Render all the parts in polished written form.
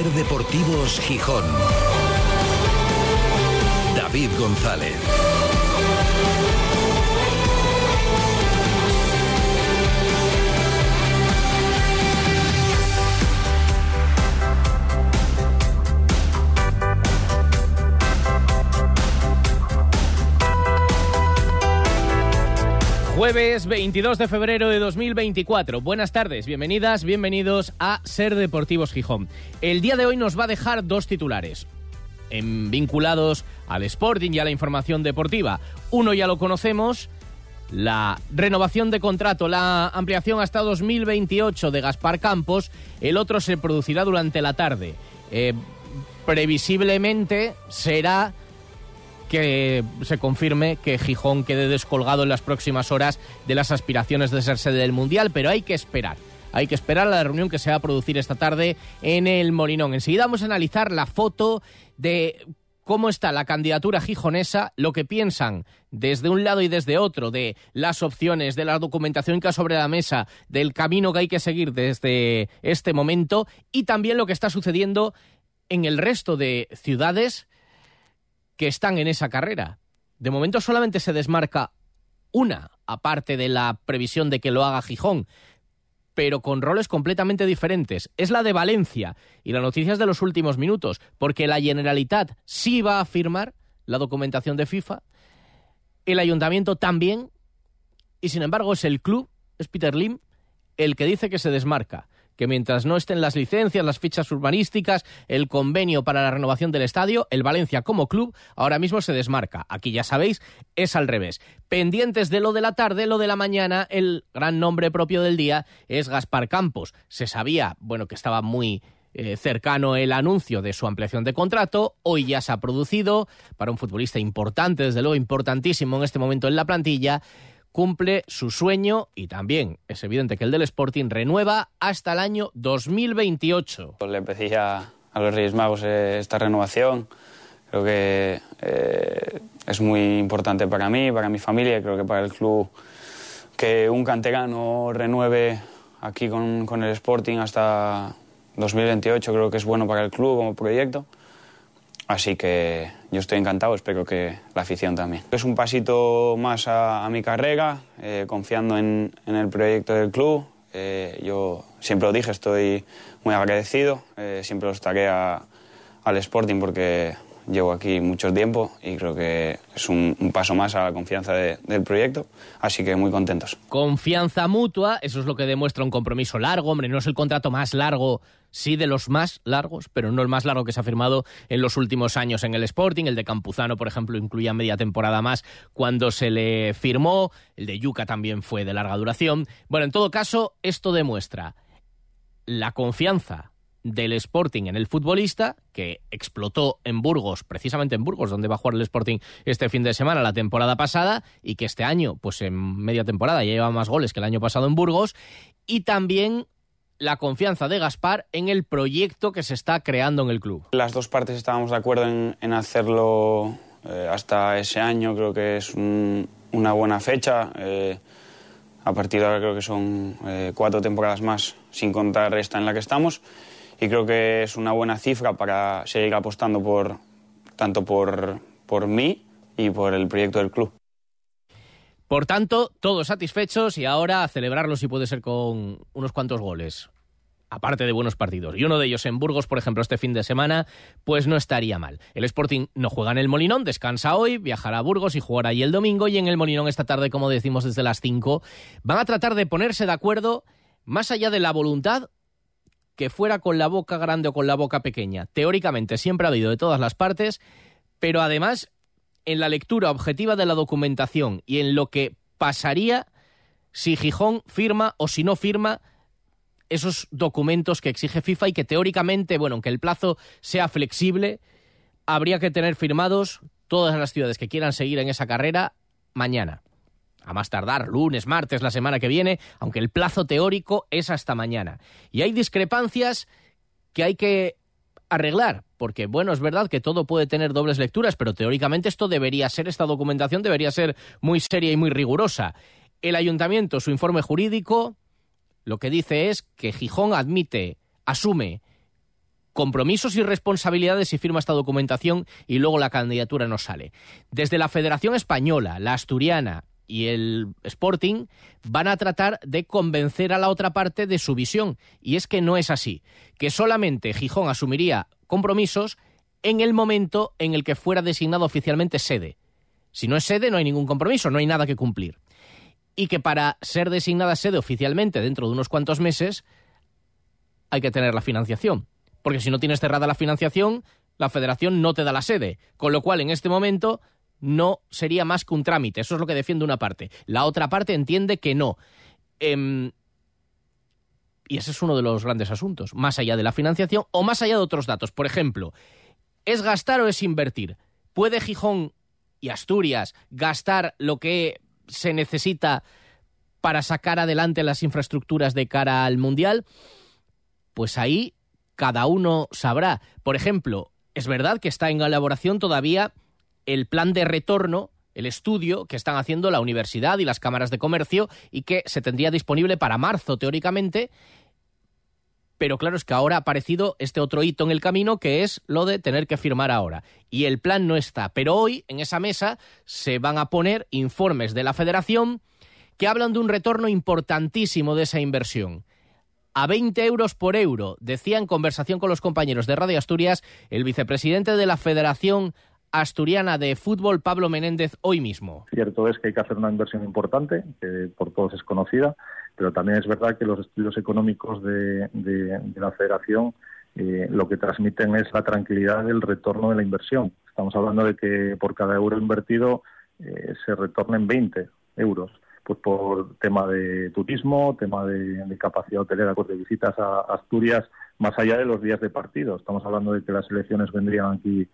Ser Deportivos Gijón. David González. Jueves 22 de febrero de 2024. Buenas tardes, bienvenidas, bienvenidos a Ser Deportivos Gijón. El día de hoy nos va a dejar dos titulares vinculados al Sporting y a la información deportiva. Uno ya lo conocemos, la renovación de contrato, la ampliación hasta 2028 de Gaspar Campos. El otro se producirá durante la tarde. Previsiblemente será que se confirme que Gijón quede descolgado en las próximas horas de las aspiraciones de ser sede del Mundial, pero hay que esperar. Hay que esperar a la reunión que se va a producir esta tarde en el Molinón. Enseguida vamos a analizar la foto de cómo está la candidatura gijonesa, lo que piensan desde un lado y desde otro, de las opciones, de la documentación que hay sobre la mesa, del camino que hay que seguir desde este momento y también lo que está sucediendo en el resto de ciudades que están en esa carrera. De momento solamente se desmarca una, aparte de la previsión de que lo haga Gijón, pero con roles completamente diferentes. Es la de Valencia, y la noticia es de los últimos minutos, porque la Generalitat sí va a firmar la documentación de FIFA, el Ayuntamiento también, y sin embargo es el club, es Peter Lim, el que dice que se desmarca, que mientras no estén las licencias, las fichas urbanísticas, el convenio para la renovación del estadio, el Valencia como club ahora mismo se desmarca. Aquí ya sabéis, es al revés. Pendientes de lo de la tarde, lo de la mañana, el gran nombre propio del día es Gaspar Campos. Se sabía, que estaba muy cercano el anuncio de su ampliación de contrato. Hoy ya se ha producido para un futbolista importante, desde luego importantísimo en este momento en la plantilla. Cumple su sueño y también es evidente que el del Sporting renueva hasta el año 2028. Le pedí a los Reyes Magos esta renovación. Creo que es muy importante para mí, para mi familia, creo que para el club, que un canterano renueve aquí con el Sporting hasta 2028. Creo que es bueno para el club como proyecto. Así que yo estoy encantado, espero que la afición también. Es un pasito más a mi carrera, confiando en el proyecto del club. Yo siempre lo dije, estoy muy agradecido, siempre lo estaré al Sporting porque llevo aquí mucho tiempo y creo que es un paso más a la confianza del proyecto, así que muy contentos. Confianza mutua, eso es lo que demuestra un compromiso largo. Hombre, no es el contrato más largo, sí de los más largos, pero no el más largo que se ha firmado en los últimos años en el Sporting. El de Campuzano, por ejemplo, incluía media temporada más cuando se le firmó. El de Yuca también fue de larga duración. Bueno, en todo caso, esto demuestra la confianza del Sporting en el futbolista, que explotó en Burgos, precisamente en Burgos, donde va a jugar el Sporting este fin de semana, la temporada pasada, y que este año, pues en media temporada, ya lleva más goles que el año pasado en Burgos, y también la confianza de Gaspar en el proyecto que se está creando en el club. Las dos partes estábamos de acuerdo en hacerlo hasta ese año, creo que es una buena fecha. A partir de ahora creo que son 4 temporadas más, sin contar esta en la que estamos. Y creo que es una buena cifra para seguir apostando tanto por mí y por el proyecto del club. Por tanto, todos satisfechos y ahora a celebrarlo si puede ser con unos cuantos goles, aparte de buenos partidos. Y uno de ellos en Burgos, por ejemplo, este fin de semana, pues no estaría mal. El Sporting no juega en el Molinón, descansa hoy, viajará a Burgos y jugará allí el domingo. Y en el Molinón esta tarde, como decimos, desde las 5, van a tratar de ponerse de acuerdo más allá de la voluntad que fuera con la boca grande o con la boca pequeña. Teóricamente siempre ha habido de todas las partes, pero además en la lectura objetiva de la documentación y en lo que pasaría si Gijón firma o si no firma esos documentos que exige FIFA y que teóricamente, aunque el plazo sea flexible, habría que tener firmados todas las ciudades que quieran seguir en esa carrera mañana. A más tardar, lunes, martes, la semana que viene, aunque el plazo teórico es hasta mañana. Y hay discrepancias que hay que arreglar, porque, es verdad que todo puede tener dobles lecturas, pero teóricamente esta documentación debería ser muy seria y muy rigurosa. El Ayuntamiento, su informe jurídico, lo que dice es que Gijón asume compromisos y responsabilidades si firma esta documentación y luego la candidatura no sale. Desde la Federación Española, la Asturiana y el Sporting van a tratar de convencer a la otra parte de su visión. Y es que no es así. Que solamente Gijón asumiría compromisos en el momento en el que fuera designado oficialmente sede. Si no es sede, no hay ningún compromiso, no hay nada que cumplir. Y que para ser designada sede oficialmente dentro de unos cuantos meses hay que tener la financiación. Porque si no tienes cerrada la financiación, la federación no te da la sede. Con lo cual, en este momento, no sería más que un trámite. Eso es lo que defiende una parte. La otra parte entiende que no. Y ese es uno de los grandes asuntos. Más allá de la financiación o más allá de otros datos. Por ejemplo, ¿es gastar o es invertir? ¿Puede Gijón y Asturias gastar lo que se necesita para sacar adelante las infraestructuras de cara al Mundial? Pues ahí cada uno sabrá. Por ejemplo, es verdad que está en elaboración todavía el plan de retorno, el estudio que están haciendo la universidad y las cámaras de comercio y que se tendría disponible para marzo, teóricamente. Pero claro, es que ahora ha aparecido este otro hito en el camino, que es lo de tener que firmar ahora. Y el plan no está. Pero hoy, en esa mesa, se van a poner informes de la Federación que hablan de un retorno importantísimo de esa inversión. A 20 euros por euro, decía en conversación con los compañeros de Radio Asturias el vicepresidente de la Federación Asturiana de Fútbol, Pablo Menéndez, hoy mismo. Cierto es que hay que hacer una inversión importante, que por todos es conocida, pero también es verdad que los estudios económicos de la Federación lo que transmiten es la tranquilidad del retorno de la inversión. Estamos hablando de que por cada euro invertido se retornen 20 euros. Pues por tema de turismo, tema de capacidad hotelera, pues de visitas a Asturias, más allá de los días de partido. Estamos hablando de que las selecciones vendrían aquí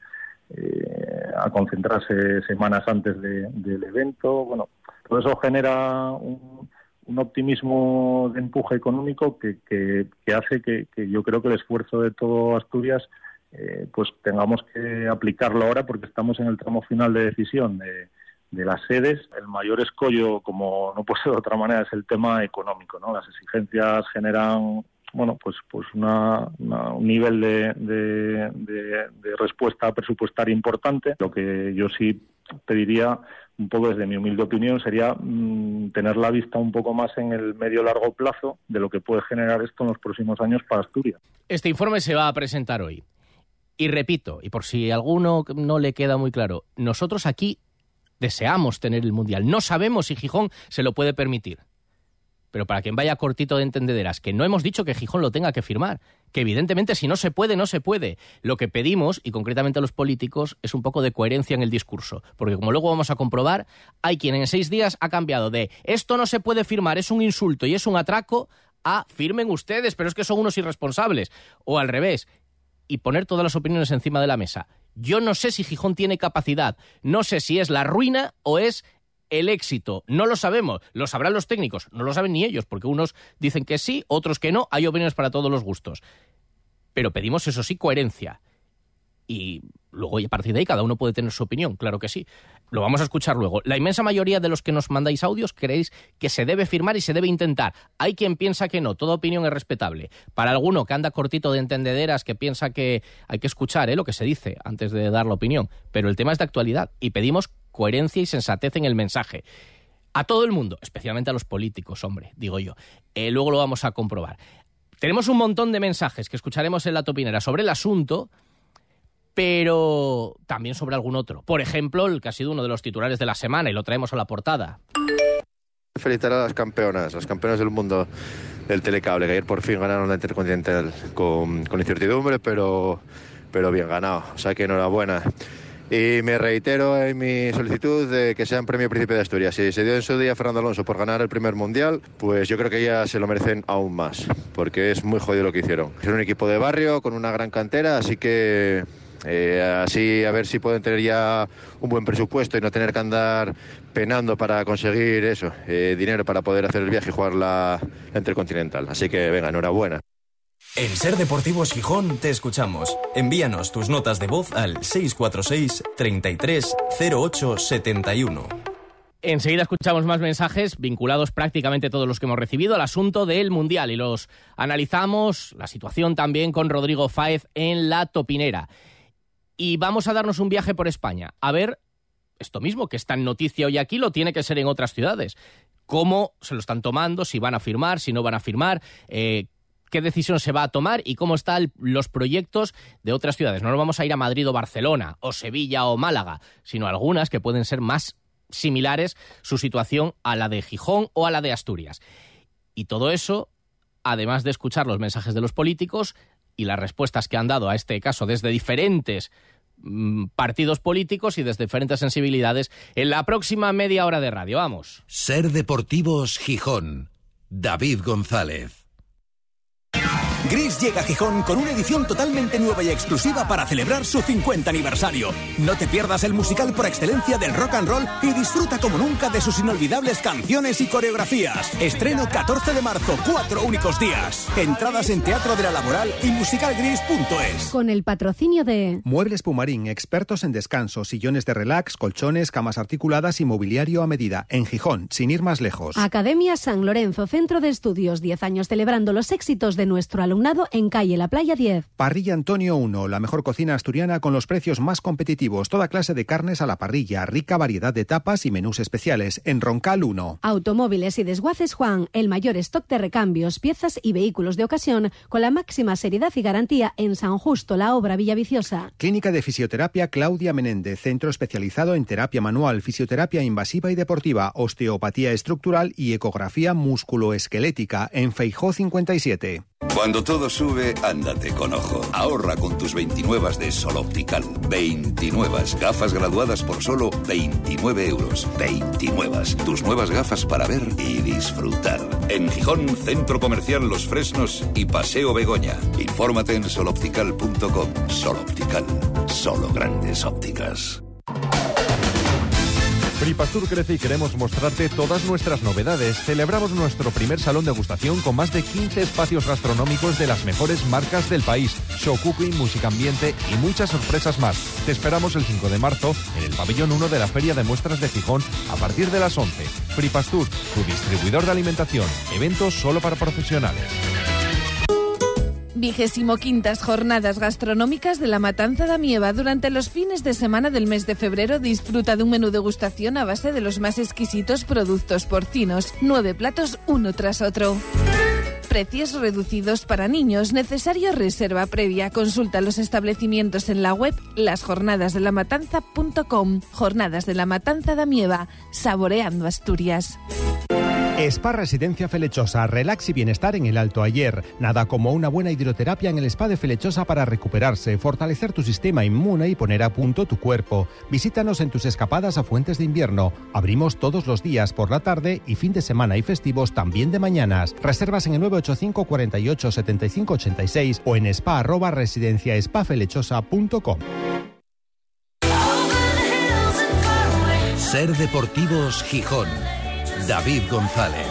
a concentrarse semanas antes del evento. Bueno, todo eso genera un optimismo de empuje económico que hace que yo creo que el esfuerzo de todo Asturias pues tengamos que aplicarlo ahora, porque estamos en el tramo final de decisión de las sedes. El mayor escollo, como no puede ser de otra manera, es el tema económico, ¿no? Las exigencias generan, bueno, pues un nivel de respuesta presupuestaria importante. Lo que yo sí pediría, un poco desde mi humilde opinión, sería tener la vista un poco más en el medio-largo plazo de lo que puede generar esto en los próximos años para Asturias. Este informe se va a presentar hoy. Y repito, y por si a alguno no le queda muy claro, nosotros aquí deseamos tener el Mundial. No sabemos si Gijón se lo puede permitir. Pero para quien vaya cortito de entendederas, que no hemos dicho que Gijón lo tenga que firmar. Que evidentemente si no se puede, no se puede. Lo que pedimos, y concretamente a los políticos, es un poco de coherencia en el discurso. Porque como luego vamos a comprobar, hay quien en 6 días ha cambiado de esto no se puede firmar, es un insulto y es un atraco, a firmen ustedes, pero es que son unos irresponsables. O al revés. Y poner todas las opiniones encima de la mesa. Yo no sé si Gijón tiene capacidad, no sé si es la ruina o es el éxito, no lo sabemos, lo sabrán los técnicos, no lo saben ni ellos, porque unos dicen que sí, otros que no, hay opiniones para todos los gustos. Pero pedimos, eso sí, coherencia. Y luego, y a partir de ahí, cada uno puede tener su opinión, claro que sí. Lo vamos a escuchar luego. La inmensa mayoría de los que nos mandáis audios creéis que se debe firmar y se debe intentar. Hay quien piensa que no, toda opinión es respetable. Para alguno que anda cortito de entendederas, que piensa que hay que escuchar lo que se dice antes de dar la opinión. Pero el tema es de actualidad y pedimos coherencia y sensatez en el mensaje. A todo el mundo, especialmente a los políticos, hombre, digo yo. Luego lo vamos a comprobar. Tenemos un montón de mensajes que escucharemos en La Topinera sobre el asunto, pero también sobre algún otro. Por ejemplo, el que ha sido uno de los titulares de la semana y lo traemos a la portada. Felicitar a las campeonas del mundo del telecable, que ayer por fin ganaron la Intercontinental con incertidumbre, pero bien ganado. O sea que enhorabuena. Y me reitero en mi solicitud de que sean Premio Príncipe de Asturias. Si se dio en su día Fernando Alonso por ganar el primer mundial, pues yo creo que ya se lo merecen aún más, porque es muy jodido lo que hicieron. Es un equipo de barrio con una gran cantera, así que así a ver si pueden tener ya un buen presupuesto y no tener que andar penando para conseguir eso, dinero para poder hacer el viaje y jugar la Intercontinental. Así que venga, enhorabuena. En Ser Deportivos Gijón te escuchamos. Envíanos tus notas de voz al 646 33 08 71. Enseguida escuchamos más mensajes vinculados prácticamente todos los que hemos recibido al asunto del Mundial y los analizamos, la situación también con Rodrigo Fáez en La Topinera. Y vamos a darnos un viaje por España, a ver esto mismo que está en noticia hoy aquí, lo tiene que ser en otras ciudades. ¿Cómo se lo están tomando? Si van a firmar, si no van a firmar, qué decisión se va a tomar y cómo están los proyectos de otras ciudades. No nos vamos a ir a Madrid o Barcelona o Sevilla o Málaga, sino algunas que pueden ser más similares su situación a la de Gijón o a la de Asturias. Y todo eso, además de escuchar los mensajes de los políticos y las respuestas que han dado a este caso desde diferentes partidos políticos y desde diferentes sensibilidades, en la próxima media hora de radio. Vamos. Ser Deportivos Gijón. David González. Gris llega a Gijón con una edición totalmente nueva y exclusiva para celebrar su 50 aniversario. No te pierdas el musical por excelencia del rock and roll y disfruta como nunca de sus inolvidables canciones y coreografías. Estreno 14 de marzo, 4 únicos días. Entradas en Teatro de la Laboral y musicalgris.es. Con el patrocinio de Muebles Pumarín, expertos en descanso, sillones de relax, colchones, camas articuladas y mobiliario a medida. En Gijón, sin ir más lejos. Academia San Lorenzo, centro de estudios, 10 años celebrando los éxitos de nuestro alumnado en calle La Playa 10. Parrilla Antonio 1, la mejor cocina asturiana con los precios más competitivos. Toda clase de carnes a la parrilla, rica variedad de tapas y menús especiales. En Roncal 1. Automóviles y Desguaces Juan, el mayor stock de recambios, piezas y vehículos de ocasión con la máxima seriedad y garantía en San Justo, La Obra, Villaviciosa. Clínica de Fisioterapia Claudia Menéndez, centro especializado en terapia manual, fisioterapia invasiva y deportiva, osteopatía estructural y ecografía musculoesquelética. En Feijó 57. Cuando todo sube, ándate con ojo. Ahorra con tus 29 de Sol Optical. 29 gafas graduadas por solo 29 euros. 29. Tus nuevas gafas para ver y disfrutar. En Gijón, Centro Comercial Los Fresnos y Paseo Begoña. Infórmate en soloptical.com. Sol Optical. Solo grandes ópticas. Fripastur crece y queremos mostrarte todas nuestras novedades. Celebramos nuestro primer salón de degustación con más de 15 espacios gastronómicos de las mejores marcas del país, show cooking, música ambiente y muchas sorpresas más. Te esperamos el 5 de marzo en el pabellón 1 de la Feria de Muestras de Gijón a partir de las 11. Fripastur, tu distribuidor de alimentación. Eventos solo para profesionales. 25ª Jornadas Gastronómicas de la Matanza da Mieva. Durante los fines de semana del mes de febrero disfruta de un menú degustación a base de los más exquisitos productos porcinos. 9 platos uno tras otro. Precios reducidos para niños. Necesario reserva previa. Consulta los establecimientos en la web lasjornadasdelamatanza.com. Jornadas de la Matanza da Mieva. Saboreando Asturias. Spa Residencia Felechosa, relax y bienestar en el Alto Ayer. Nada como una buena hidroterapia en el Spa de Felechosa para recuperarse, fortalecer tu sistema inmune y poner a punto tu cuerpo. Visítanos en tus escapadas a Fuentes de Invierno. Abrimos todos los días por la tarde y fin de semana y festivos también de mañanas. Reservas en el 985 48 75 86 o en spa@residenciaspafelechosa.com. Ser Deportivos Gijón. David González.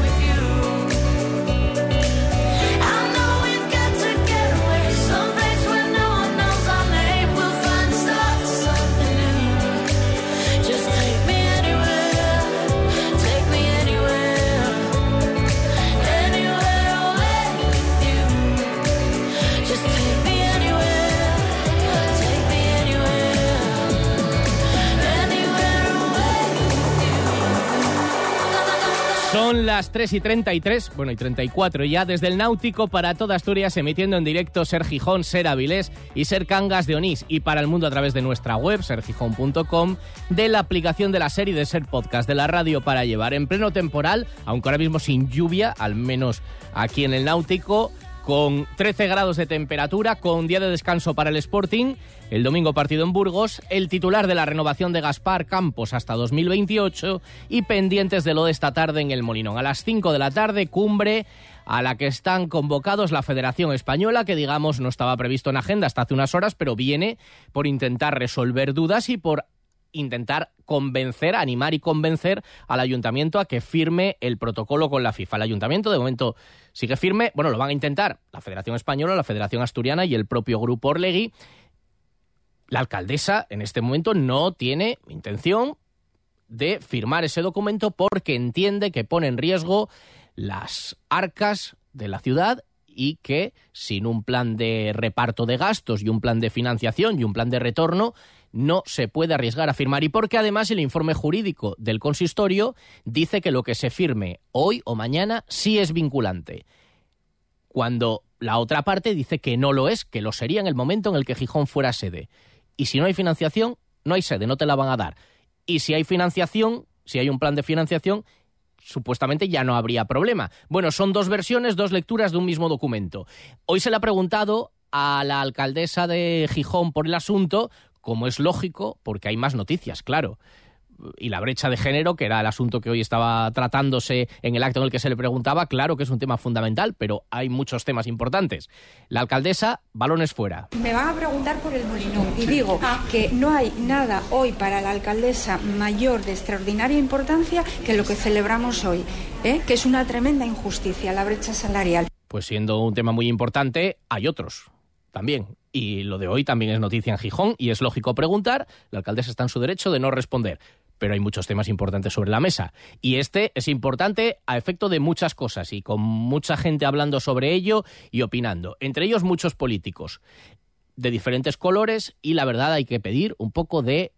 Son las 3:33, bueno, y 34 ya, desde el Náutico para toda Asturias, emitiendo en directo Ser Gijón, Ser Avilés y Ser Cangas de Onís, y para el mundo a través de nuestra web, sergijón.com, de la aplicación de la serie de Ser Podcast, de la radio para llevar en pleno temporal, aunque ahora mismo sin lluvia, al menos aquí en el Náutico, con 13 grados de temperatura, con día de descanso para el Sporting, el domingo partido en Burgos, el titular de la renovación de Gaspar Campos hasta 2028 y pendientes de lo de esta tarde en el Molinón. A las 5 de la tarde, cumbre a la que están convocados la Federación Española, que digamos no estaba previsto en agenda hasta hace unas horas, pero viene por intentar resolver dudas y por intentar convencer, animar y convencer al Ayuntamiento a que firme el protocolo con la FIFA. El Ayuntamiento de momento sigue firme, bueno, lo van a intentar la Federación Española, la Federación Asturiana y el propio Grupo Orlegui. La alcaldesa en este momento no tiene intención de firmar ese documento porque entiende que pone en riesgo las arcas de la ciudad y que sin un plan de reparto de gastos y un plan de financiación y un plan de retorno no se puede arriesgar a firmar. Y porque además el informe jurídico del consistorio dice que lo que se firme hoy o mañana sí es vinculante, cuando la otra parte dice que no lo es, que lo sería en el momento en el que Gijón fuera sede. Y si no hay financiación, no hay sede, no te la van a dar. Y si hay financiación, si hay un plan de financiación, supuestamente ya no habría problema. Bueno, son dos versiones, dos lecturas de un mismo documento. Hoy se le ha preguntado a la alcaldesa de Gijón por el asunto, como es lógico, porque hay más noticias, claro. Y la brecha de género, que era el asunto que hoy estaba tratándose en el acto en el que se le preguntaba, claro que es un tema fundamental, pero hay muchos temas importantes. La alcaldesa, balones fuera. Me van a preguntar por el Molinón y digo que no hay nada hoy para la alcaldesa mayor de extraordinaria importancia que lo que celebramos hoy, que es una tremenda injusticia, la brecha salarial. Pues siendo un tema muy importante, hay otros también. Y lo de hoy también es noticia en Gijón y es lógico preguntar. La alcaldesa está en su derecho de no responder. Pero hay muchos temas importantes sobre la mesa. Y este es importante a efecto de muchas cosas y con mucha gente hablando sobre ello y opinando. Entre ellos muchos políticos de diferentes colores y la verdad hay que pedir un poco de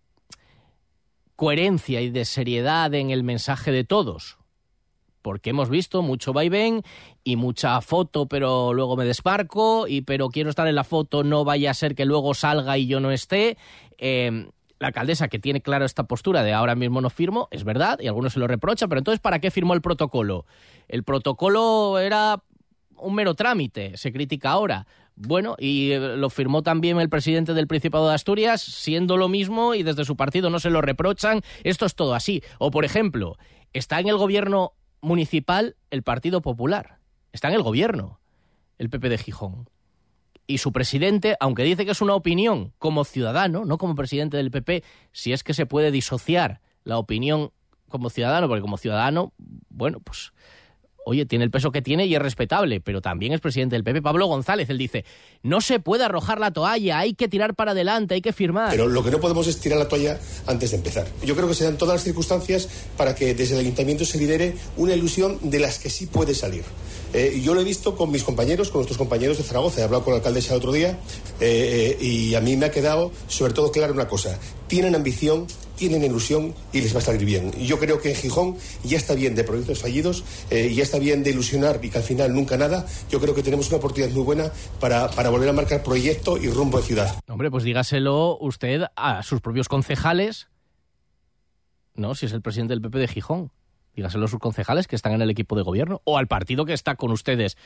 coherencia y de seriedad en el mensaje de todos. Porque hemos visto mucho vaivén y mucha foto, pero luego me desmarco, pero quiero estar en la foto, no vaya a ser que luego salga y yo no esté. La alcaldesa, que tiene claro esta postura de ahora mismo no firmo, es verdad, y algunos se lo reprochan, pero entonces ¿para qué firmó el protocolo? El protocolo era un mero trámite, se critica ahora. Bueno, y lo firmó también el presidente del Principado de Asturias, siendo lo mismo, y desde su partido no se lo reprochan. Esto es todo así. O, por ejemplo, está en el gobierno municipal el Partido Popular. Está en el gobierno el PP de Gijón. Y su presidente, aunque dice que es una opinión como ciudadano, no como presidente del PP, si es que se puede disociar la opinión como ciudadano, porque como ciudadano, bueno, pues, oye, tiene el peso que tiene y es respetable, pero también es presidente del PP, Pablo González. Él dice, no se puede arrojar la toalla, hay que tirar para adelante, hay que firmar. Pero lo que no podemos es tirar la toalla antes de empezar. Yo creo que se dan todas las circunstancias para que desde el ayuntamiento se lidere una ilusión de las que sí puede salir. Yo lo he visto con mis compañeros, con nuestros compañeros de Zaragoza. He hablado con la alcaldesa el otro día y a mí me ha quedado sobre todo clara una cosa. Tienen ambición, tienen ilusión y les va a salir bien. Y yo creo que en Gijón ya está bien de proyectos fallidos, ya está bien de ilusionar y que al final nunca nada. Yo creo que tenemos una oportunidad muy buena para volver a marcar proyecto y rumbo de ciudad. Hombre, pues dígaselo usted a sus propios concejales, ¿no? Si es el presidente del PP de Gijón. Dígaselo a sus concejales que están en el equipo de gobierno o al partido que está con ustedes.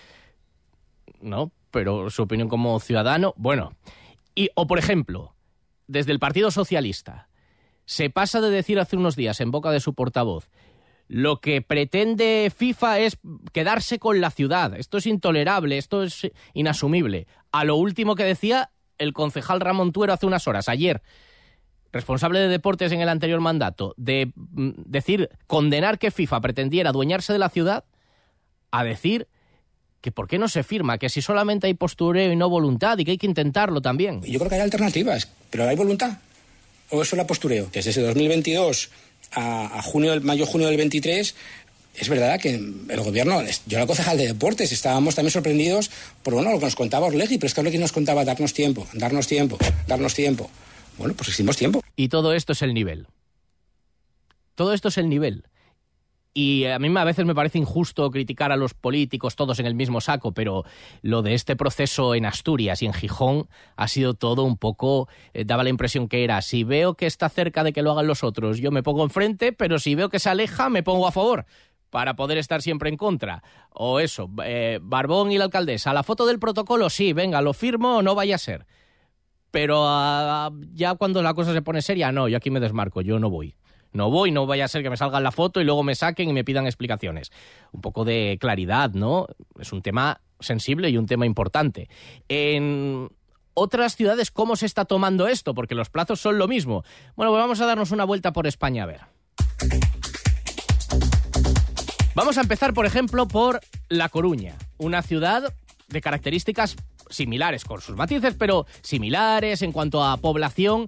No, pero su opinión como ciudadano, bueno. O por ejemplo, desde el Partido Socialista, se pasa de decir hace unos días en boca de su portavoz, lo que pretende FIFA es quedarse con la ciudad. Esto es intolerable, esto es inasumible. A lo último que decía el concejal Ramón Tuero hace unas horas, ayer, responsable de deportes en el anterior mandato, de decir, condenar que FIFA pretendiera adueñarse de la ciudad, a decir que por qué no se firma, que si solamente hay postureo y no voluntad y que hay que intentarlo también. Yo creo que hay alternativas, pero ¿hay voluntad? ¿O es solo postureo? Desde ese 2022 a mayo-junio del 23... Es verdad que el gobierno, yo era concejal de deportes, estábamos también sorprendidos por lo que nos contaba Orlegui, pero es que Orlegui nos contaba darnos tiempo. Bueno, pues hicimos tiempo. Y todo esto es el nivel. Todo esto es el nivel. Y a mí a veces me parece injusto criticar a los políticos todos en el mismo saco, pero lo de este proceso en Asturias y en Gijón ha sido todo un poco, daba la impresión que era, si veo que está cerca de que lo hagan los otros, yo me pongo enfrente, pero si veo que se aleja, me pongo a favor, para poder estar siempre en contra. O eso, Barbón y la alcaldesa, la foto del protocolo, sí, venga, lo firmo o no vaya a ser. Pero ya cuando la cosa se pone seria, no, yo aquí me desmarco, yo no voy. No vaya a ser que me salga en la foto y luego me saquen y me pidan explicaciones. Un poco de claridad, ¿no? Es un tema sensible y un tema importante. En otras ciudades, ¿cómo se está tomando esto? Porque los plazos son lo mismo. Bueno, pues vamos a darnos una vuelta por España a ver. Vamos a empezar, por ejemplo, por La Coruña, una ciudad de características similares con sus matices, pero similares en cuanto a población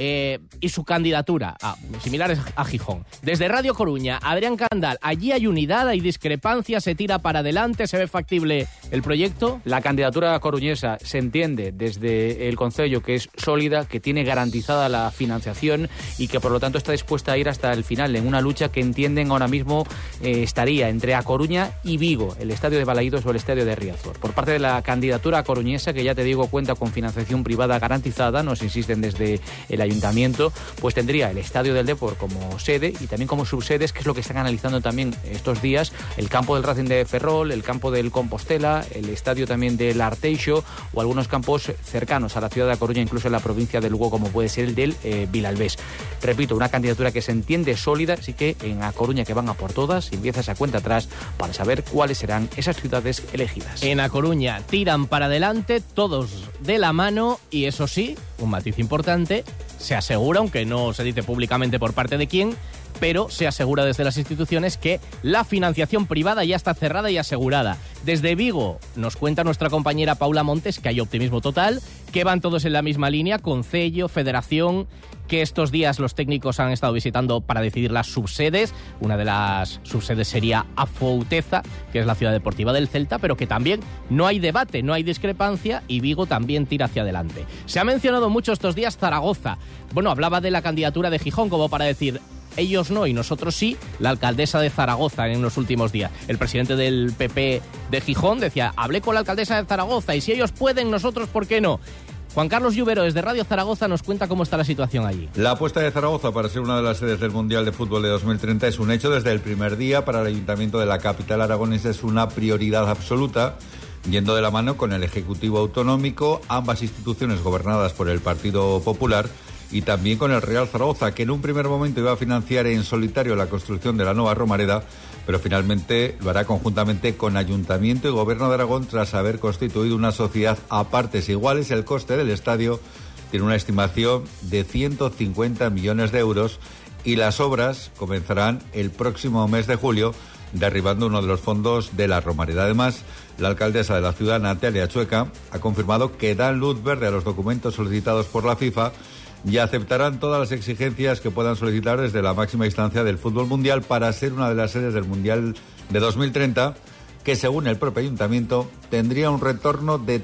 y su candidatura, similares a Gijón. Desde Radio Coruña, Adrián Candal, allí hay unidad, hay discrepancia, se tira para adelante, se ve factible el proyecto. La candidatura coruñesa se entiende desde el concello que es sólida, que tiene garantizada la financiación y que por lo tanto está dispuesta a ir hasta el final en una lucha que entienden ahora mismo estaría entre A Coruña y Vigo, el estadio de Balaídos o el estadio de Riazor. Por parte de la candidatura coruñesa, que ya te digo cuenta con financiación privada garantizada, nos insisten desde el ayuntamiento, pues tendría el estadio del Depor como sede y también como subsedes, que es lo que están analizando también estos días, el campo del Racing de Ferrol, el campo del Compostela, el estadio también del Arteixo o algunos campos cercanos a la ciudad de A Coruña, incluso en la provincia de Lugo, como puede ser el del Vilalbés. Repito, una candidatura que se entiende sólida, así que en A Coruña que van a por todas y empieza esa cuenta atrás para saber cuáles serán esas ciudades elegidas. En A Coruña tiran para adelante todos de la mano y eso sí, un matiz importante, se asegura, aunque no se dice públicamente por parte de quién, pero se asegura desde las instituciones que la financiación privada ya está cerrada y asegurada. Desde Vigo nos cuenta nuestra compañera Paula Montes que hay optimismo total, que van todos en la misma línea, concello, federación, que estos días los técnicos han estado visitando para decidir las subsedes. Una de las subsedes sería Afouteza, que es la ciudad deportiva del Celta, pero que también no hay debate, no hay discrepancia y Vigo también tira hacia adelante. Se ha mencionado mucho estos días Zaragoza. Bueno, hablaba de la candidatura de Gijón como para decir ellos no y nosotros sí, la alcaldesa de Zaragoza en los últimos días. El presidente del PP de Gijón decía, hablé con la alcaldesa de Zaragoza y si ellos pueden, nosotros, ¿por qué no? Juan Carlos Lluvero, desde Radio Zaragoza, nos cuenta cómo está la situación allí. La apuesta de Zaragoza para ser una de las sedes del Mundial de Fútbol de 2030 es un hecho desde el primer día. Para el Ayuntamiento de la capital aragonesa es una prioridad absoluta, yendo de la mano con el Ejecutivo Autonómico, ambas instituciones gobernadas por el Partido Popular, y también con el Real Zaragoza, que en un primer momento iba a financiar en solitario la construcción de la nueva Romareda, pero finalmente lo hará conjuntamente con Ayuntamiento y Gobierno de Aragón tras haber constituido una sociedad a partes iguales. El coste del estadio tiene una estimación de 150 millones de euros y las obras comenzarán el próximo mes de julio, derribando uno de los fondos de la Romareda. Además, la alcaldesa de la ciudad, Natalia Chueca, ha confirmado que dan luz verde a los documentos solicitados por la FIFA y aceptarán todas las exigencias que puedan solicitar desde la máxima instancia del fútbol mundial para ser una de las sedes del Mundial de 2030, que según el propio ayuntamiento tendría un retorno de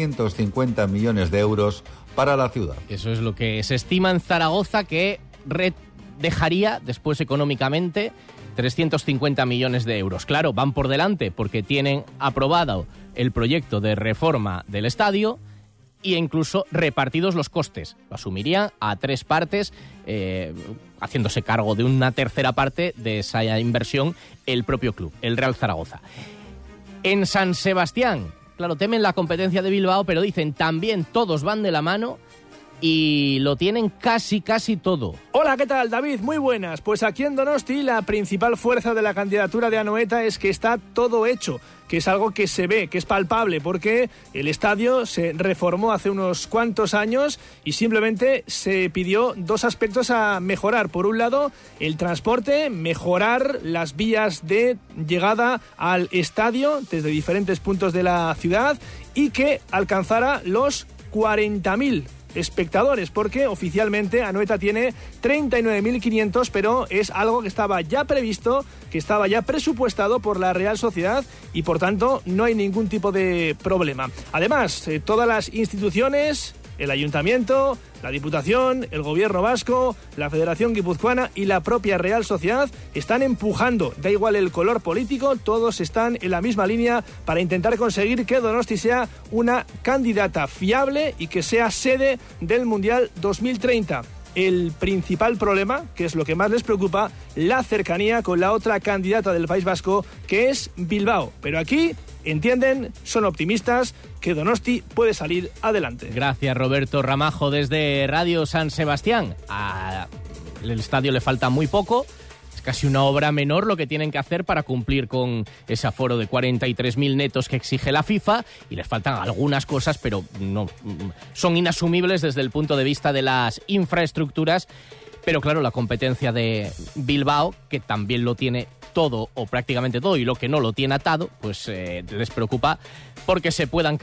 350 millones de euros para la ciudad. Eso es lo que se estima en Zaragoza, que dejaría después económicamente 350 millones de euros. Claro, van por delante porque tienen aprobado el proyecto de reforma del estadio e incluso repartidos los costes. Lo asumirían a tres partes, haciéndose cargo de una tercera parte de esa inversión el propio club, el Real Zaragoza. En San Sebastián, claro, temen la competencia de Bilbao, pero dicen también todos van de la mano y lo tienen casi todo. Hola, ¿qué tal, David? Muy buenas. Pues aquí en Donosti la principal fuerza de la candidatura de Anoeta es que está todo hecho, que es algo que se ve, que es palpable, porque el estadio se reformó hace unos cuantos años y simplemente se pidió dos aspectos a mejorar. Por un lado, el transporte, mejorar las vías de llegada al estadio desde diferentes puntos de la ciudad y que alcanzara los 40.000 espectadores, porque oficialmente Anoeta tiene 39.500, pero es algo que estaba ya previsto, que estaba ya presupuestado por la Real Sociedad y por tanto no hay ningún tipo de problema. Además, todas las instituciones, el Ayuntamiento, la Diputación, el Gobierno Vasco, la Federación Guipuzcoana y la propia Real Sociedad están empujando, da igual el color político, todos están en la misma línea para intentar conseguir que Donosti sea una candidata fiable y que sea sede del Mundial 2030. El principal problema, que es lo que más les preocupa, la cercanía con la otra candidata del País Vasco, que es Bilbao. Pero aquí entienden, son optimistas, que Donosti puede salir adelante. Gracias, Roberto Ramajo, desde Radio San Sebastián. Al estadio le falta muy poco. Es casi una obra menor lo que tienen que hacer para cumplir con ese aforo de 43.000 netos que exige la FIFA, y les faltan algunas cosas, pero no son inasumibles desde el punto de vista de las infraestructuras. Pero claro, la competencia de Bilbao, que también lo tiene todo o prácticamente todo, y lo que no lo tiene atado, pues les preocupa porque se puedan caer.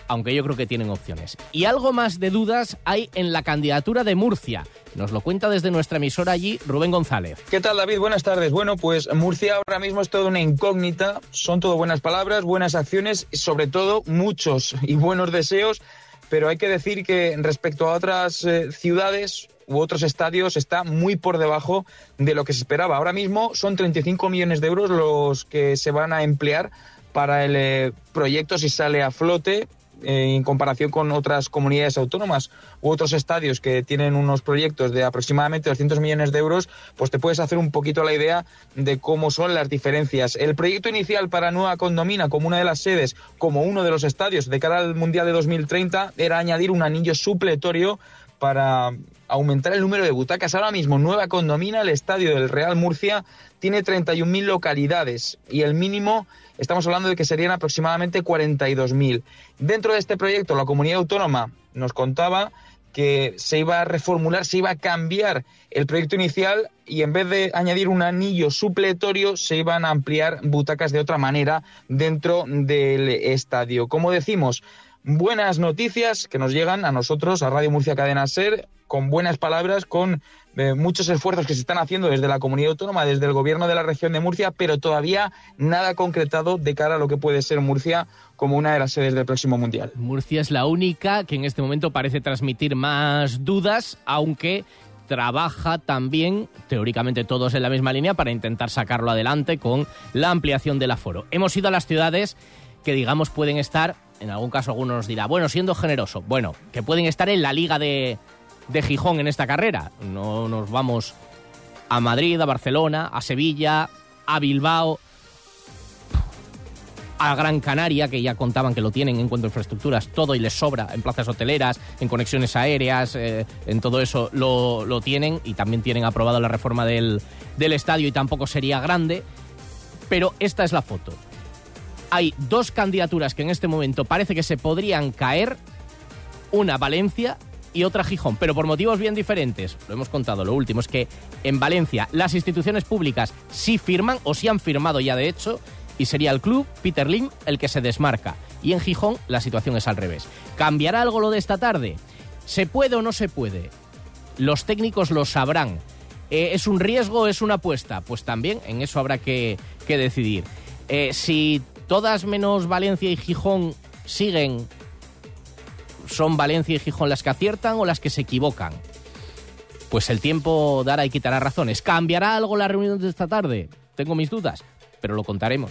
aunque yo creo que tienen opciones. Y algo más de dudas hay en la candidatura de Murcia. Nos lo cuenta desde nuestra emisora allí Rubén González. ¿Qué tal, David? Buenas tardes. Bueno, pues Murcia ahora mismo es toda una incógnita. Son todo buenas palabras, buenas acciones y sobre todo muchos y buenos deseos. Pero hay que decir que respecto a otras ciudades u otros estadios está muy por debajo de lo que se esperaba. Ahora mismo son 35 millones de euros los que se van a emplear para el proyecto si sale a flote. En comparación con otras comunidades autónomas u otros estadios que tienen unos proyectos de aproximadamente 200 millones de euros, pues te puedes hacer un poquito la idea de cómo son las diferencias. El proyecto inicial para Nueva Condomina, como una de las sedes, como uno de los estadios de cara al Mundial de 2030, era añadir un anillo supletorio para aumentar el número de butacas. Ahora mismo Nueva Condomina, el estadio del Real Murcia, tiene 31.000 localidades y el mínimo estamos hablando de que serían aproximadamente 42.000. Dentro de este proyecto la comunidad autónoma nos contaba que se iba a reformular, se iba a cambiar el proyecto inicial y en vez de añadir un anillo supletorio se iban a ampliar butacas de otra manera dentro del estadio. Como decimos, buenas noticias que nos llegan a nosotros, a Radio Murcia Cadena SER, con buenas palabras, con muchos esfuerzos que se están haciendo desde la comunidad autónoma, desde el gobierno de la región de Murcia, pero todavía nada concretado de cara a lo que puede ser Murcia como una de las sedes del próximo Mundial. Murcia es la única que en este momento parece transmitir más dudas, aunque trabaja también, teóricamente todos en la misma línea, para intentar sacarlo adelante con la ampliación del aforo. Hemos ido a las ciudades que, digamos, pueden estar, en algún caso alguno nos dirá, bueno, siendo generoso, bueno, que pueden estar en la liga de Gijón en esta carrera. No nos vamos a Madrid, a Barcelona, a Sevilla, a Bilbao, a Gran Canaria, que ya contaban que lo tienen en cuanto a infraestructuras, todo y les sobra, en plazas hoteleras, en conexiones aéreas, en todo eso lo tienen, y también tienen aprobado la reforma del estadio y tampoco sería grande, pero esta es la foto. Hay dos candidaturas que en este momento parece que se podrían caer, una Valencia y otra Gijón, pero por motivos bien diferentes. Lo hemos contado. Lo último es que en Valencia las instituciones públicas sí firman, o sí han firmado ya de hecho, y sería el club Peter Lim el que se desmarca. Y en Gijón la situación es al revés. ¿Cambiará algo lo de esta tarde? ¿Se puede o no se puede? Los técnicos lo sabrán. ¿Es un riesgo o es una apuesta? Pues también en eso habrá que decidir. Si todas menos Valencia y Gijón siguen, ¿son Valencia y Gijón las que aciertan o las que se equivocan? Pues el tiempo dará y quitará razones. ¿Cambiará algo la reunión de esta tarde? Tengo mis dudas, pero lo contaremos.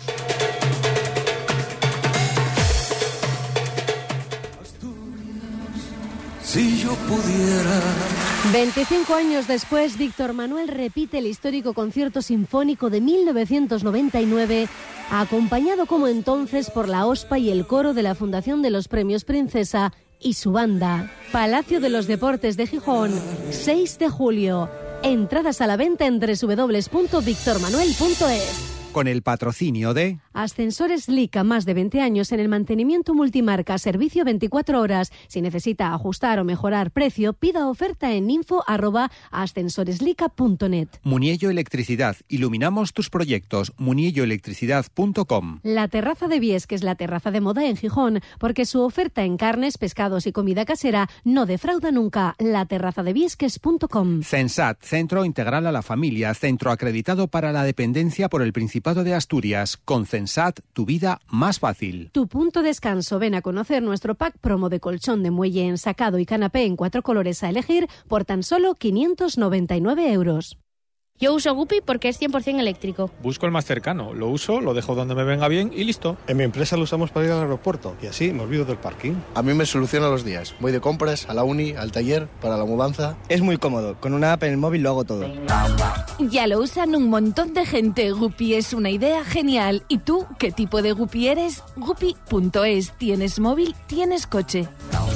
Si yo pudiera. 25 años después, Víctor Manuel repite el histórico concierto sinfónico de 1999, acompañado como entonces por la OSPA y el coro de la Fundación de los Premios Princesa y su banda. Palacio de los Deportes de Gijón, 6 de julio. Entradas a la venta en www.victormanuel.es. Con el patrocinio de Ascensores Lica, más de 20 años en el mantenimiento multimarca, servicio 24 horas. Si necesita ajustar o mejorar precio, pida oferta en info@ascensoreslica.net. Muniello Electricidad, iluminamos tus proyectos. munielloelectricidad.com. La Terraza de Vies, que es la terraza de moda en Gijón, porque su oferta en carnes, pescados y comida casera no defrauda nunca. laterrazadeviesques.com. CENSAT, Centro Integral a la Familia, centro acreditado para la dependencia por el Principado de Asturias. Con CENSAT, tu vida más fácil. Tu punto de descanso. Ven a conocer nuestro pack promo de colchón de muelle ensacado y canapé en 4 colores a elegir por tan solo 599 euros. Yo uso Guppy porque es 100% eléctrico. Busco el más cercano, lo uso, lo dejo donde me venga bien y listo. En mi empresa lo usamos para ir al aeropuerto y así me olvido del parking. A mí me soluciona los días. Voy de compras, a la uni, al taller, para la mudanza. Es muy cómodo, con una app en el móvil lo hago todo. Ya lo usan un montón de gente. Guppy es una idea genial. ¿Y tú qué tipo de Guppy eres? Guppy.es. ¿Tienes móvil? ¿Tienes coche?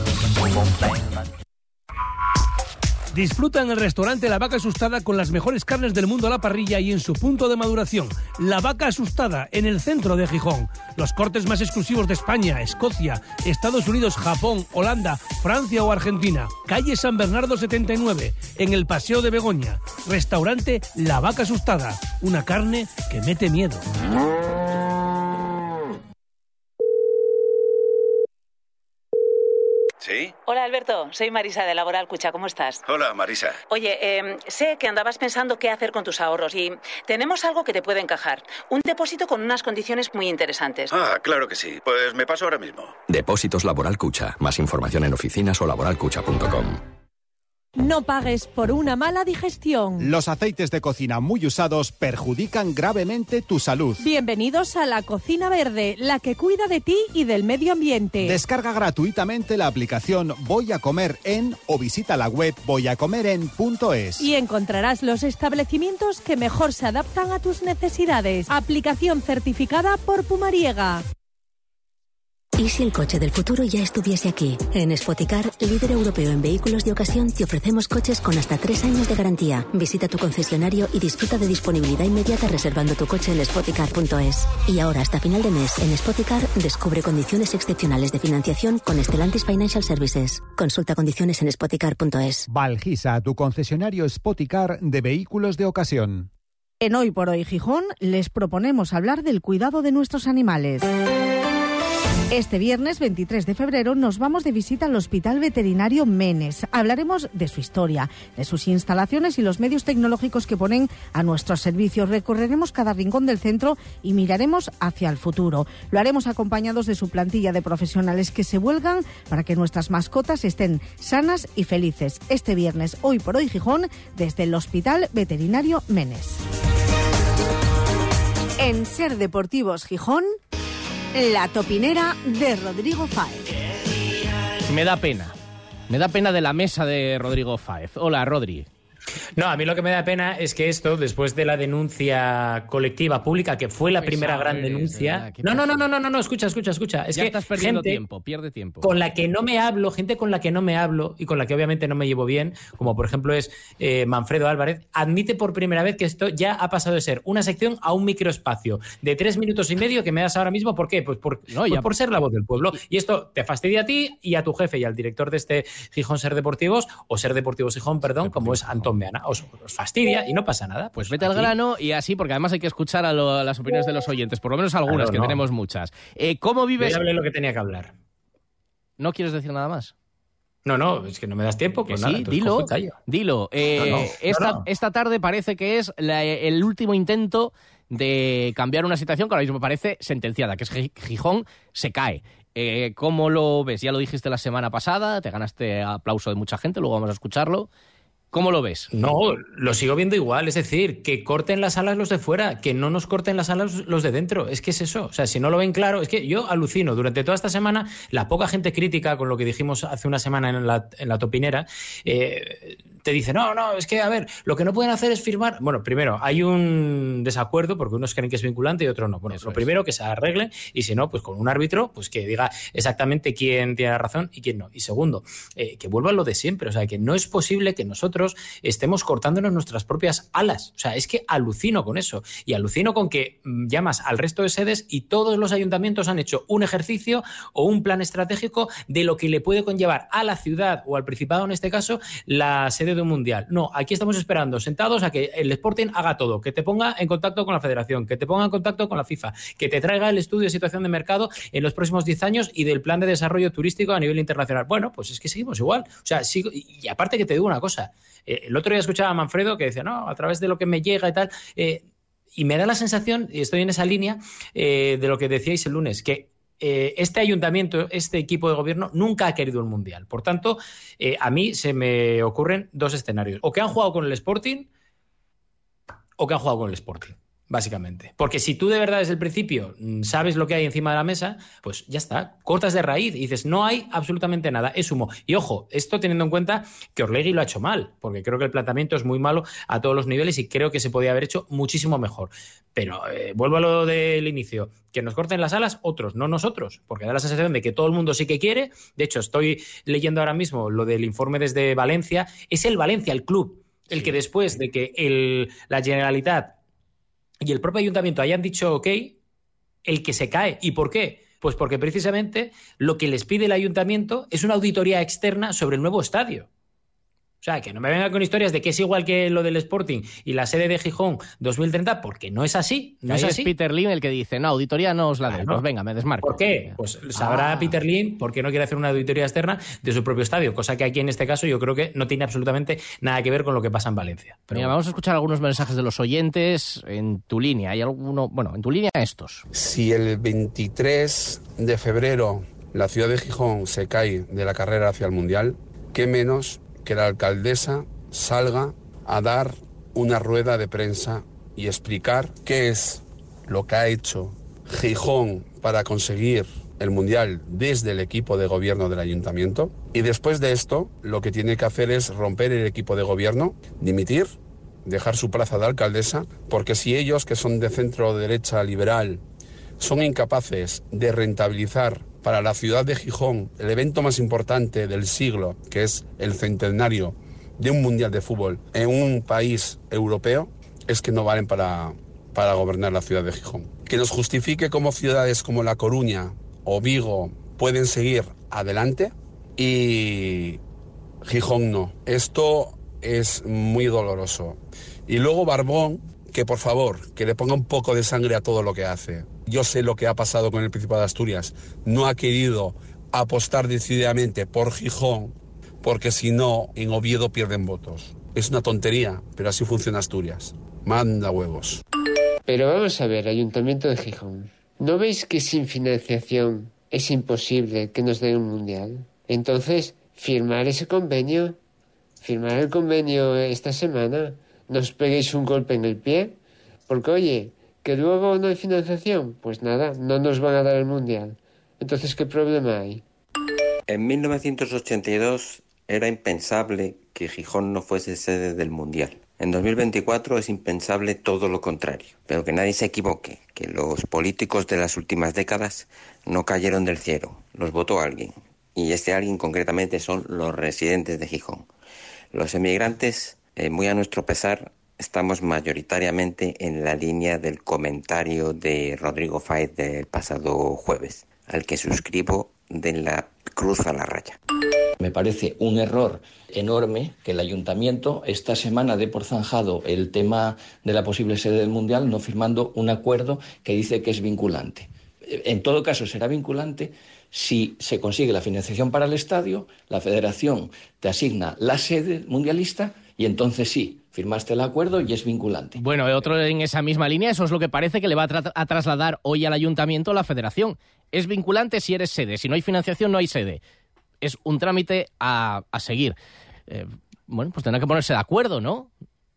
Disfruta en el restaurante La Vaca Asustada con las mejores carnes del mundo a la parrilla y en su punto de maduración. La Vaca Asustada, en el centro de Gijón. Los cortes más exclusivos de España, Escocia, Estados Unidos, Japón, Holanda, Francia o Argentina. Calle San Bernardo 79, en el Paseo de Begoña. Restaurante La Vaca Asustada. Una carne que mete miedo. ¿Sí? Hola, Alberto. Soy Marisa de Laboral Cucha. ¿Cómo estás? Hola, Marisa. Oye, sé que andabas pensando qué hacer con tus ahorros y tenemos algo que te puede encajar. Un depósito con unas condiciones muy interesantes. Ah, claro que sí. Pues me paso ahora mismo. Depósitos Laboral Cucha. Más información en oficinas o laboralcucha.com. No pagues por una mala digestión. Los aceites de cocina muy usados perjudican gravemente tu salud. Bienvenidos a La Cocina Verde, la que cuida de ti y del medio ambiente. Descarga gratuitamente la aplicación Voy a Comer En o visita la web voyacomeren.es. Y encontrarás los establecimientos que mejor se adaptan a tus necesidades. Aplicación certificada por Pumariega. ¿Y si el coche del futuro ya estuviese aquí? En Spoticar, líder europeo en vehículos de ocasión, te ofrecemos coches con hasta 3 años de garantía. Visita tu concesionario y disfruta de disponibilidad inmediata reservando tu coche en spoticar.es. Y ahora, hasta final de mes, en Spoticar, descubre condiciones excepcionales de financiación con Stellantis Financial Services. Consulta condiciones en spoticar.es. Valgisa, tu concesionario Spoticar de vehículos de ocasión. En Hoy por Hoy Gijón, les proponemos hablar del cuidado de nuestros animales. Este viernes 23 de febrero nos vamos de visita al Hospital Veterinario Menes. Hablaremos de su historia, de sus instalaciones y los medios tecnológicos que ponen a nuestro servicio. Recorreremos cada rincón del centro y miraremos hacia el futuro. Lo haremos acompañados de su plantilla de profesionales que se vuelcan para que nuestras mascotas estén sanas y felices. Este viernes, Hoy por Hoy Gijón, desde el Hospital Veterinario Menes. En Ser Deportivos Gijón, La Topinera de Rodrigo Fáez. Me da pena de la mesa de Rodrigo Fáez. Hola, Rodri. No, a mí lo que me da pena es que esto, después de la denuncia colectiva pública, que fue la primera gran denuncia... No, escucha. Es ya que estás perdiendo gente tiempo, pierde tiempo. Con la que no me hablo, gente con la que no me hablo y con la que obviamente no me llevo bien, como por ejemplo es Manfredo Álvarez, admite por primera vez que esto ya ha pasado de ser una sección a un microespacio de 3 minutos y medio que me das ahora mismo. ¿Por qué? Pues por ser la voz del pueblo. Y esto te fastidia a ti y a tu jefe y al director de este Gijón Ser Deportivos, o Ser Deportivos Gijón, perdón, como es Antón Meana. Os fastidia y no pasa nada. Pues vete al grano y así, porque además hay que escuchar a las opiniones de los oyentes, por lo menos algunas, claro, que tenemos muchas. ¿Cómo vives? Yo ya hablé lo que tenía que hablar. ¿No quieres decir nada más? No, es que no me das tiempo. Pues sí, nada, dilo. Esta tarde parece que es el último intento de cambiar una situación que ahora mismo parece sentenciada, que es Gijón se cae. ¿Cómo lo ves? Ya lo dijiste la semana pasada, te ganaste aplauso de mucha gente, luego vamos a escucharlo. ¿Cómo lo ves? No, lo sigo viendo igual. Es decir, que corten las alas los de fuera, que no nos corten las alas los de dentro. Es que es eso. O sea, si no lo ven claro, es que yo alucino. Durante toda esta semana, la poca gente crítica con lo que dijimos hace una semana en la Topinera, te dice, no, es que, a ver, lo que no pueden hacer es firmar... Bueno, primero, hay un desacuerdo porque unos creen que es vinculante y otros no. Bueno, lo primero, que se arregle, y si no, pues con un árbitro, pues que diga exactamente quién tiene la razón y quién no. Y segundo, que vuelva lo de siempre. O sea, que no es posible que nosotros estemos cortándonos nuestras propias alas. O sea, es que alucino con eso. Y alucino con que llamas al resto de sedes y todos los ayuntamientos han hecho un ejercicio o un plan estratégico de lo que le puede conllevar a la ciudad o al Principado, en este caso, la sede de un mundial. No, aquí estamos esperando, sentados, a que el Sporting haga todo, que te ponga en contacto con la Federación, que te ponga en contacto con la FIFA, que te traiga el estudio de situación de mercado en los próximos 10 años y del plan de desarrollo turístico a nivel internacional. Bueno, pues es que seguimos igual. O sea, y aparte que te digo una cosa, el otro día escuchaba a Manfredo que decía, no, a través de lo que me llega y tal, y me da la sensación, y estoy en esa línea, de lo que decíais el lunes, que este ayuntamiento, este equipo de gobierno, nunca ha querido un mundial. Por tanto, a mí se me ocurren dos escenarios. O que han jugado con el Sporting, o que han jugado con el Sporting. Básicamente. Porque si tú de verdad desde el principio sabes lo que hay encima de la mesa, pues ya está, cortas de raíz y dices, no hay absolutamente nada, es humo. Y ojo, esto teniendo en cuenta que Orlegui lo ha hecho mal, porque creo que el planteamiento es muy malo a todos los niveles y creo que se podía haber hecho muchísimo mejor. Pero vuelvo a lo del inicio, que nos corten las alas otros, no nosotros, porque da la sensación de que todo el mundo sí que quiere. De hecho, estoy leyendo ahora mismo lo del informe desde Valencia, es el Valencia, el club, el que después de que la Generalitat y el propio ayuntamiento hayan dicho ok, el que se cae. ¿Y por qué? Pues porque precisamente lo que les pide el ayuntamiento es una auditoría externa sobre el nuevo estadio. O sea, que no me venga con historias de que es igual que lo del Sporting y la sede de Gijón 2030, porque no es así. No es así. Es Peter Lim el que dice, no, auditoría no os la doy. Pues venga, me desmarco. ¿Por qué? Pues sabrá Peter Lim por qué no quiere hacer una auditoría externa de su propio estadio, cosa que aquí en este caso yo creo que no tiene absolutamente nada que ver con lo que pasa en Valencia. Pero mira, vamos a escuchar algunos mensajes de los oyentes en tu línea. Hay alguno, bueno, en tu línea estos. Si el 23 de febrero la ciudad de Gijón se cae de la carrera hacia el Mundial, ¿qué menos que la alcaldesa salga a dar una rueda de prensa y explicar qué es lo que ha hecho Gijón para conseguir el Mundial desde el equipo de gobierno del ayuntamiento? Y después de esto, lo que tiene que hacer es romper el equipo de gobierno, dimitir, dejar su plaza de alcaldesa, porque si ellos, que son de centro derecha liberal, son incapaces de rentabilizar para la ciudad de Gijón el evento más importante del siglo, que es el centenario de un mundial de fútbol en un país europeo, es que no valen para gobernar la ciudad de Gijón. Que nos justifique cómo ciudades como La Coruña o Vigo pueden seguir adelante y Gijón no. Esto es muy doloroso. Y luego Barbón, que por favor, que le ponga un poco de sangre a todo lo que hace. Yo sé lo que ha pasado con el Principado de Asturias. No ha querido apostar decididamente por Gijón, porque si no, en Oviedo pierden votos. Es una tontería, pero así funciona Asturias. Manda huevos. Pero vamos a ver, Ayuntamiento de Gijón. ¿No veis que sin financiación es imposible que nos den un mundial? Entonces, firmar ese convenio, firmar el convenio esta semana, no os peguéis un golpe en el pie, porque oye, que luego no hay financiación, pues nada, no nos van a dar el mundial. Entonces, ¿qué problema hay? En 1982 era impensable que Gijón no fuese sede del mundial. En 2024 es impensable todo lo contrario. Pero que nadie se equivoque, que los políticos de las últimas décadas no cayeron del cielo, los votó alguien. Y este alguien concretamente son los residentes de Gijón. Los emigrantes, muy a nuestro pesar, estamos mayoritariamente en la línea del comentario de Rodrigo Fáez del pasado jueves, al que suscribo de la cruz a la raya. Me parece un error enorme que el Ayuntamiento esta semana dé por zanjado el tema de la posible sede del Mundial no firmando un acuerdo que dice que es vinculante. En todo caso será vinculante si se consigue la financiación para el estadio, la Federación te asigna la sede mundialista y entonces sí, firmaste el acuerdo y es vinculante. Bueno, otro en esa misma línea, eso es lo que parece que le va a trasladar hoy al Ayuntamiento la Federación. Es vinculante si eres sede, si no hay financiación no hay sede. Es un trámite a seguir. Bueno, pues tendrá que ponerse de acuerdo, ¿no?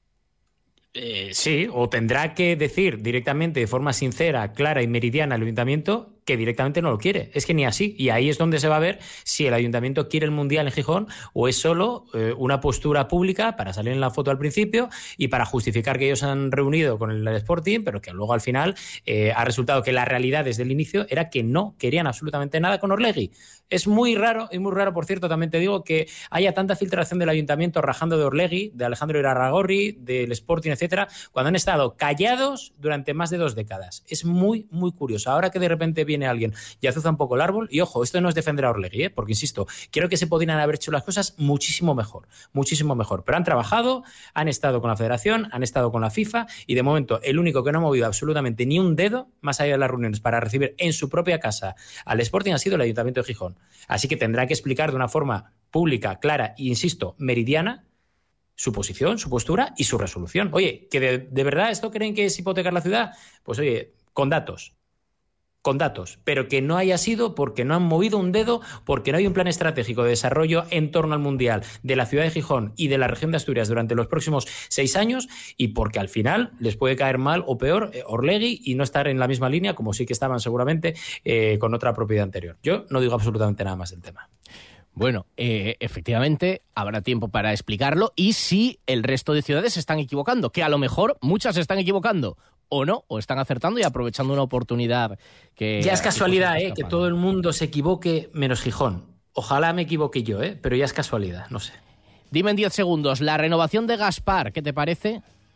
Sí, o tendrá que decir directamente, de forma sincera, clara y meridiana al Ayuntamiento que directamente no lo quiere. Es que ni así. Y ahí es donde se va a ver si el Ayuntamiento quiere el Mundial en Gijón o es solo una postura pública para salir en la foto al principio y para justificar que ellos se han reunido con el Sporting, pero que luego al final ha resultado que la realidad desde el inicio era que no querían absolutamente nada con Orlegui. Es muy raro, y muy raro, por cierto, también te digo, que haya tanta filtración del Ayuntamiento rajando de Orlegui, de Alejandro Irarragorri, del Sporting, etcétera, cuando han estado callados durante más de 2 décadas. Es muy, muy curioso. Ahora que de repente viene alguien y azuza un poco el árbol, y ojo, esto no es defender a Orlegui, porque insisto, creo que se podrían haber hecho las cosas muchísimo mejor, pero han trabajado, han estado con la Federación, han estado con la FIFA, y de momento el único que no ha movido absolutamente ni un dedo, más allá de las reuniones para recibir en su propia casa al Sporting, ha sido el Ayuntamiento de Gijón. Así que tendrá que explicar de una forma pública, clara e, insisto, meridiana, su posición, su postura y su resolución. Oye, ¿que de verdad esto creen que es hipotecar la ciudad? Pues oye, con datos, pero que no haya sido porque no han movido un dedo, porque no hay un plan estratégico de desarrollo en torno al Mundial de la ciudad de Gijón y de la región de Asturias durante los próximos 6 años, y porque al final les puede caer mal o peor Orlegui y no estar en la misma línea, como sí que estaban seguramente con otra propiedad anterior. Yo no digo absolutamente nada más del tema. Bueno, efectivamente habrá tiempo para explicarlo, y si el resto de ciudades se están equivocando, que a lo mejor muchas se están equivocando, o no, o están acertando y aprovechando una oportunidad que... Ya es casualidad, que todo el mundo se equivoque menos Gijón. Ojalá me equivoque yo, pero ya es casualidad, no sé. Dime en 10 segundos, la renovación de Gaspar, ¿qué te parece?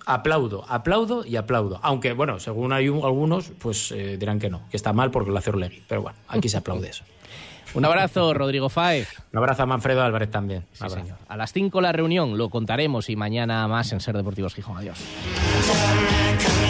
Aplaudo y aplaudo. Aunque, bueno, según hay algunos, pues dirán que no, que está mal porque lo hace Orlegui. Pero bueno, aquí se aplaude eso. Un abrazo, Rodrigo Fáez. Un abrazo a Manfredo Álvarez también. Sí, señor. A las 5 la reunión, lo contaremos y mañana más en Ser Deportivos Gijón. Adiós.